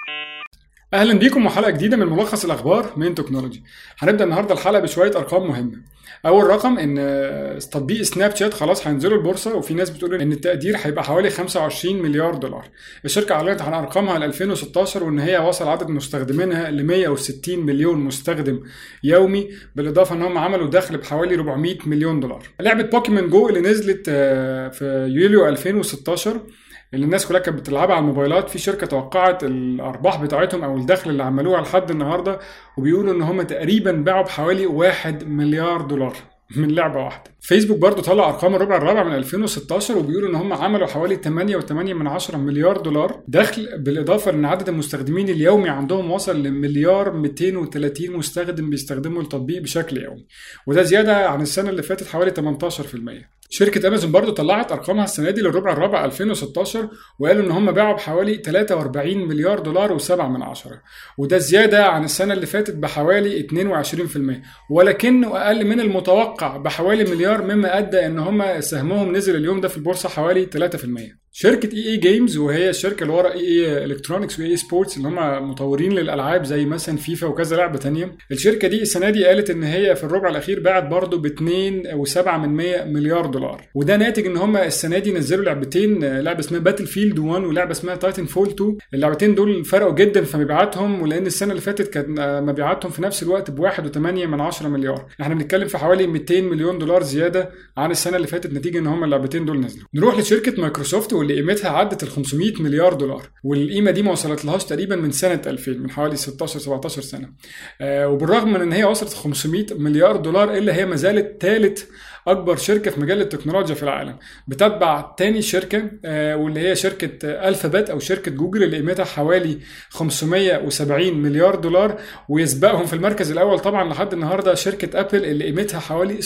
اهلا بيكم وحلقه جديده من ملخص الاخبار من تكنولوجي. هنبدا النهارده الحلقه بشويه ارقام مهمه. اول رقم ان تطبيق سناب شات خلاص هينزلوا البورصه، وفي ناس بتقول ان التقدير هيبقى حوالي 25 مليار دولار. الشركه اعلنت عن ارقامها ل 2016 وان هي وصل عدد مستخدمينها ل 160 مليون مستخدم يومي، بالاضافه ان هم عملوا دخل بحوالي 400 مليون دولار. لعبه بوكيمون جو اللي نزلت في يوليو 2016 اللي الناس كلها كانت بتلعبها على الموبايلات، في شركه توقعت الارباح بتاعتهم او الدخل اللي عملوها لحد النهارده، وبيقولوا ان هم تقريبا باعوا بحوالي 1 مليار دولار من لعبه واحده. فيسبوك برضو طلع ارقام الربع الرابع من 2016 وبيقولوا ان هم عملوا حوالي 8.8 مليار دولار دخل، بالاضافه ان عدد المستخدمين اليومي عندهم وصل لمليار 230 مستخدم بيستخدموا التطبيق بشكل يومي، وده زياده عن السنه اللي فاتت حوالي 18%. شركة أمازون برضو طلعت أرقامها السنة دي للربع الرابع 2016 وقالوا إن هم باعوا بحوالي 43 مليار دولار و7 من عشرة، وده زيادة عن السنة اللي فاتت بحوالي 22%، ولكنه أقل من المتوقع بحوالي مليار، مما أدى إن هم سهمهم نزل اليوم ده في البورصة حوالي 3%. شركة EA جيمز، وهي الشركة اللي ورا EA الكترونكس و EA سبورتس اللي هم مطورين للألعاب زي مثلا فيفا وكذا لعبة تانية، الشركة دي السنة دي قالت إن هي في الربع الأخير باعت برضو ب2.7 مليار دولار، وده ناتج إن هم السنة دي نزلوا لعبتين، لعبة اسمها باتل فيلد 1 ولعبة اسمها تايتن فول 2. اللعبتين دول فرقوا جدا في مبيعاتهم، ولأن السنة اللي فاتت كانت مبيعاتهم في نفس الوقت ب1.8 مليار. احنا بنتكلم في حوالي 200 مليون دولار زيادة عن السنة اللي فاتت نتيجة إن هم اللعبتين دول نزلوا. نروح لشركة مايكروسوفت واللي قيمتها عدت ال 500 مليار دولار، والقيمه دي ما وصلت لهاش تقريبا من سنه 2000، من حوالي 16-17 سنه. وبالرغم من ان هي وصلت 500 مليار دولار الا هي ما زالت ثالث اكبر شركه في مجال التكنولوجيا في العالم، بتتبع تاني شركه واللي هي شركه الفابت او شركه جوجل اللي قيمتها حوالي 570 مليار دولار، ويسبقهم في المركز الاول طبعا لحد النهارده شركه ابل اللي قيمتها حوالي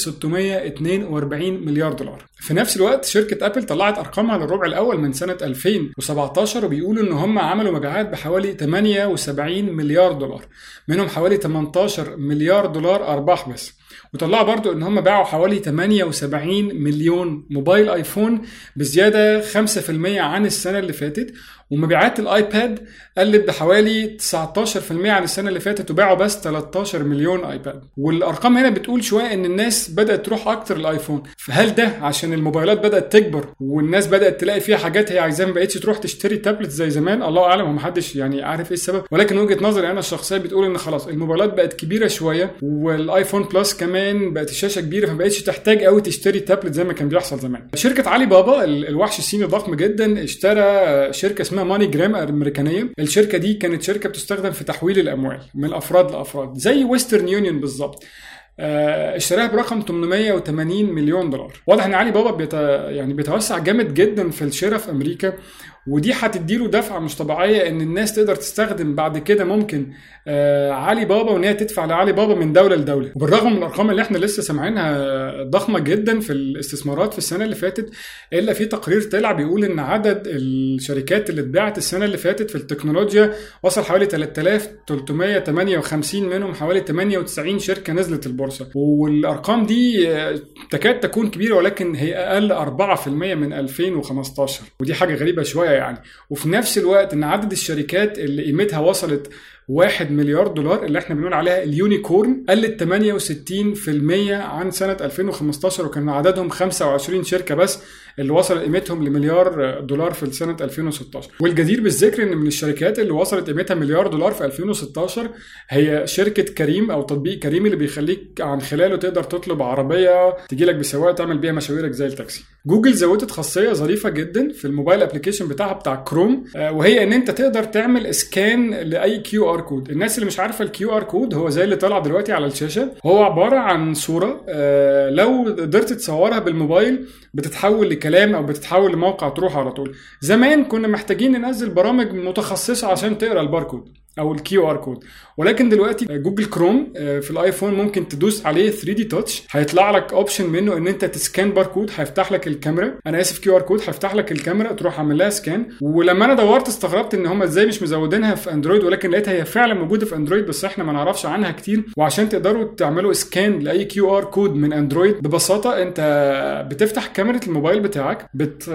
642 مليار دولار. في نفس الوقت شركه ابل طلعت ارقامها للربع الاول من سنه 2017 وبيقولوا ان هم عملوا مبيعات بحوالي 78 مليار دولار، منهم حوالي 18 مليار دولار ارباح بس. وطلعوا برضو ان هم باعوا حوالي 78 مليون موبايل ايفون بزيادة 5% عن السنة اللي فاتت، ومبيعات الايباد قلت بحوالي 19% عن السنة اللي فاتت وباعوا بس 13 مليون ايباد. والارقام هنا بتقول شوية ان الناس بدأت تروح اكتر الايفون، فهل ده عشان الموبايلات بدأت تكبر والناس بدأت تلاقي فيها حاجات هي عايزاها ما بقتش تروح تشتري تابلت زي زمان؟ الله اعلم، ومحدش يعني عارف ايه السبب، ولكن وجهة نظري انا الشخصية بتقول ان خلاص الموبايلات بقت كبيرة شوية، والايفون بلس كمان بقت الشاشة كبيرة، فما بقتش تحتاج قوي تشتري تابلت زي ما كان بيحصل زمان. شركة علي بابا الوحش الصيني الضخم جدا اشترى شركة اسمها ماني جرام امريكانيه. الشركه دي كانت شركه بتستخدم في تحويل الاموال من افراد لافراد زي ويسترن يونيون بالظبط. اشتراها برقم 880 مليون دولار. واضح ان علي بابا يعني بيتوسع جامد جدا في الشراء في امريكا، ودي هتديله دفعه مش طبيعيه ان الناس تقدر تستخدم بعد كده ممكن علي بابا، وان هي تدفع لعلي بابا من دوله لدوله. وبالرغم من الارقام اللي احنا لسه سامعينها ضخمه جدا في الاستثمارات في السنه اللي فاتت، الا في تقرير طلع بيقول ان عدد الشركات اللي اتباعت السنه اللي فاتت في التكنولوجيا وصل حوالي 3358، منهم حوالي 98 شركه نزلت البورصه. والارقام دي تكاد تكون كبيره، ولكن هي اقل 4% من 2015، ودي حاجه غريبه شويه يعني. وفي نفس الوقت ان عدد الشركات اللي قيمتها وصلت 1 مليار دولار اللي احنا بنقول عليها اليونيكورن قلت 68% عن سنة 2015، وكان عددهم 25 شركة بس اللي وصل قيمتهم لمليار دولار في سنة 2016. والجدير بالذكر ان من الشركات اللي وصلت قيمتها مليار دولار في 2016 هي شركة كريم او تطبيق كريم اللي بيخليك عن خلاله تقدر تطلب عربية تجيلك بسواق تعمل بيها مشاويرك زي التاكسي. جوجل زودت خاصية ظريفة جدا في الموبايل ابليكيشن بتاعها بتاع كروم، وهي ان انت تقدر تعمل اسكان لاي QR كود. الناس اللي مش عارفة QR كود هو زي اللي طالع دلوقتي على الشاشة، هو عبارة عن صورة لو قدرت تصورها بالموبايل بتتحول لكلام او بتتحول لموقع تروح على طول. زمان كنا محتاجين ننزل برامج متخصصة عشان تقرأ الباركود، او الكيو ار كود. ولكن دلوقتي جوجل كروم في الايفون ممكن تدوس عليه 3 دي تاتش، هيطلع لك اوبشن منه ان انت تسكان باركود، هيفتح لك الكاميرا، انا اسف كيو ار كود، هيفتح لك الكاميرا تروح عامل لها سكان. ولما انا دورت استغربت ان هم ازاي مش مزودينها في اندرويد، ولكن لقيتها هي فعلا موجوده في اندرويد بس احنا ما نعرفش عنها كتير. وعشان تقدروا تعملوا سكان لاي كيو ار كود من اندرويد ببساطه، انت بتفتح كاميرا الموبايل بتاعك،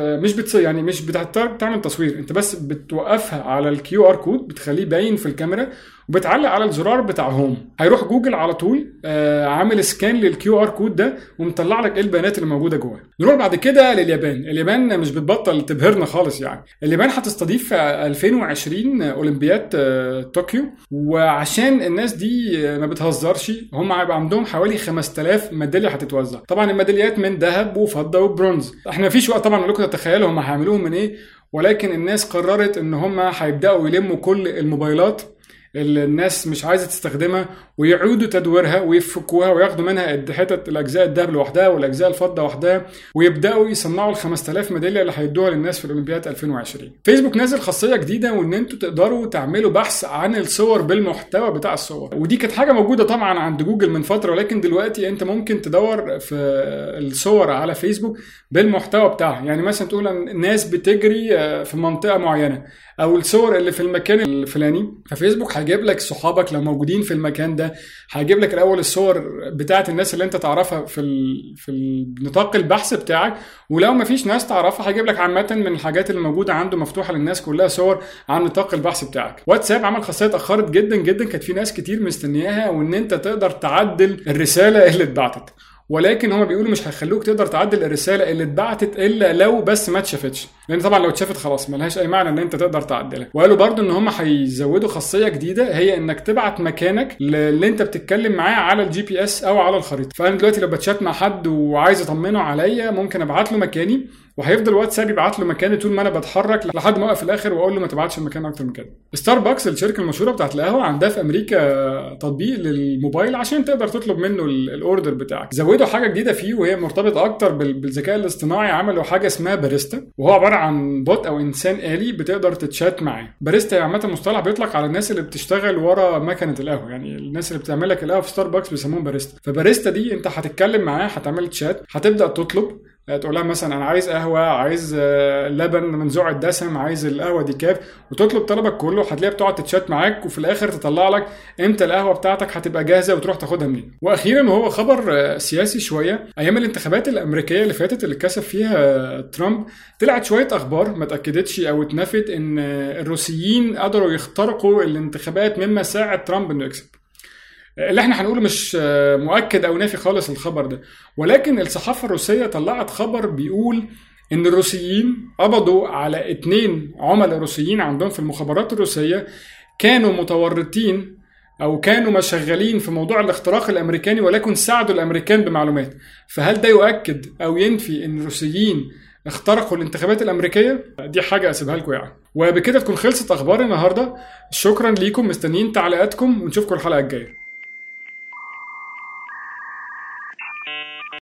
مش بتعمل تصوير، انت بس بتوقفها على الكيو ار كود، بتخليه باين في الكاميرا وبتعلق على الزرار بتاع هوم، هيروح جوجل على طول عامل سكان للكيو ار كود ده ومطلع لك ايه البيانات اللي موجوده جوه. نروح بعد كده لليابان. اليابان مش بتبطل تبهرنا خالص يعني. اليابان هتستضيف في 2020 اولمبياد طوكيو، وعشان الناس دي ما بتهزرش هم هيبقى عندهم حوالي 5000 ميداليه هتتوزع. طبعا الميداليات من ذهب وفضه وبرونز. احنا مفيش وقت طبعا اقول لكم تتخيلوا هم هيعملوهم من ايه، ولكن الناس قررت ان هم هيبداوا يلموا كل الموبايلات اللي الناس مش عايزه تستخدمها ويعودوا تدويرها ويفكوها وياخدوا منها حتت الاجزاء الذهب لوحدها والاجزاء الفضه وحدها، ويبداوا يصنعوا ال 5000 ميداليه اللي هيدوها للناس في الاولمبياد 2020. فيسبوك نازل خاصيه جديده وان انتوا تقدروا تعملوا بحث عن الصور بالمحتوى بتاع الصور، ودي كانت حاجه موجوده طبعا عند جوجل من فتره، ولكن دلوقتي انت ممكن تدور في الصور على فيسبوك بالمحتوى بتاعها. يعني مثلا تقول الناس بتجري في منطقه معينه او الصور اللي في المكان الفلاني، ففيسبوك هيجيب لك صحابك لو موجودين في المكان ده، هيجيب لك الاول الصور بتاعت الناس اللي انت تعرفها في نطاق البحث بتاعك، ولو ما فيش ناس تعرفها هيجيب لك عامه من الحاجات اللي موجوده عنده مفتوحه للناس كلها صور عن نطاق البحث بتاعك. واتساب عمل خاصيه اتاخرت جدا جدا، كانت في ناس كتير مستنياها، وان انت تقدر تعدل الرساله اللي اتبعتت، ولكن هما بيقولوا مش هيخلوك تقدر تعدل الرساله اللي اتبعتت الا لو بس ما اتشافتش، لان طبعا لو اتشافت خلاص ملهاش اي معنى ان انت تقدر تعدلها. وقالوا برضو ان هما هيزودوا خاصيه جديده، هي انك تبعت مكانك اللي انت بتتكلم معاه على الجي بي اس او على الخريطه. فانا دلوقتي لو بتشات مع حد وعايز اطمنه عليا ممكن ابعت له مكاني، وهيفضل واتساب يبعت له مكاني طول ما انا بتحرك لحد ما اوقف في الاخر واقول له ما تبعتش المكان اكتر من كده. ستاربكس الشركه المشهوره بتاعت القهوه عندها في امريكا تطبيق للموبايل عشان تقدر تطلب منه الاوردر بتاعك. زودوا حاجه جديده فيه وهي مرتبطه اكتر بالذكاء الاصطناعي، عملوا حاجه اسمها باريستا، وهو عباره عن بوت او انسان آلي بتقدر تتشات معاه. باريستا عامه مصطلح بيطلق على الناس اللي بتشتغل ورا مكنه القهوه، يعني الناس اللي بتعمل لك القهوه في ستاربكس بيسموهم باريستا. فباريستا دي انت هتتكلم معاه، هتعمل تشات، هتبدا تطلب، تقول لها مثلا انا عايز قهوه، عايز لبن منزوع الدسم، عايز القهوه دي كاف، وتطلب طلبك كله، هتلاقيها بتقعد تتشات معاك، وفي الاخر تطلع لك امتى القهوه بتاعتك هتبقى جاهزه وتروح تاخدها منين. واخيرا وهو خبر سياسي شويه، ايام الانتخابات الامريكيه اللي فاتت اللي كسب فيها ترامب، طلعت شويه اخبار ما اتاكدتش او اتنفت ان الروسيين قدروا يخترقوا الانتخابات مما ساعد ترامب انه يكسب. اللي احنا هنقوله مش مؤكد او نافي خالص الخبر ده، ولكن الصحافة الروسية طلعت خبر بيقول ان الروسيين قبضوا على 2 عملاء روسيين عندهم في المخابرات الروسية كانوا متورطين او كانوا مشغلين في موضوع الاختراق الامريكاني، ولكن ساعدوا الامريكان بمعلومات. فهل ده يؤكد او ينفي ان الروسيين اخترقوا الانتخابات الامريكيه؟ دي حاجه اسيبها لكم يعني. وبكده تكون خلصت اخبار النهارده. شكرا ليكم، مستنيين تعليقاتكم ونشوفكم الحلقه الجايه.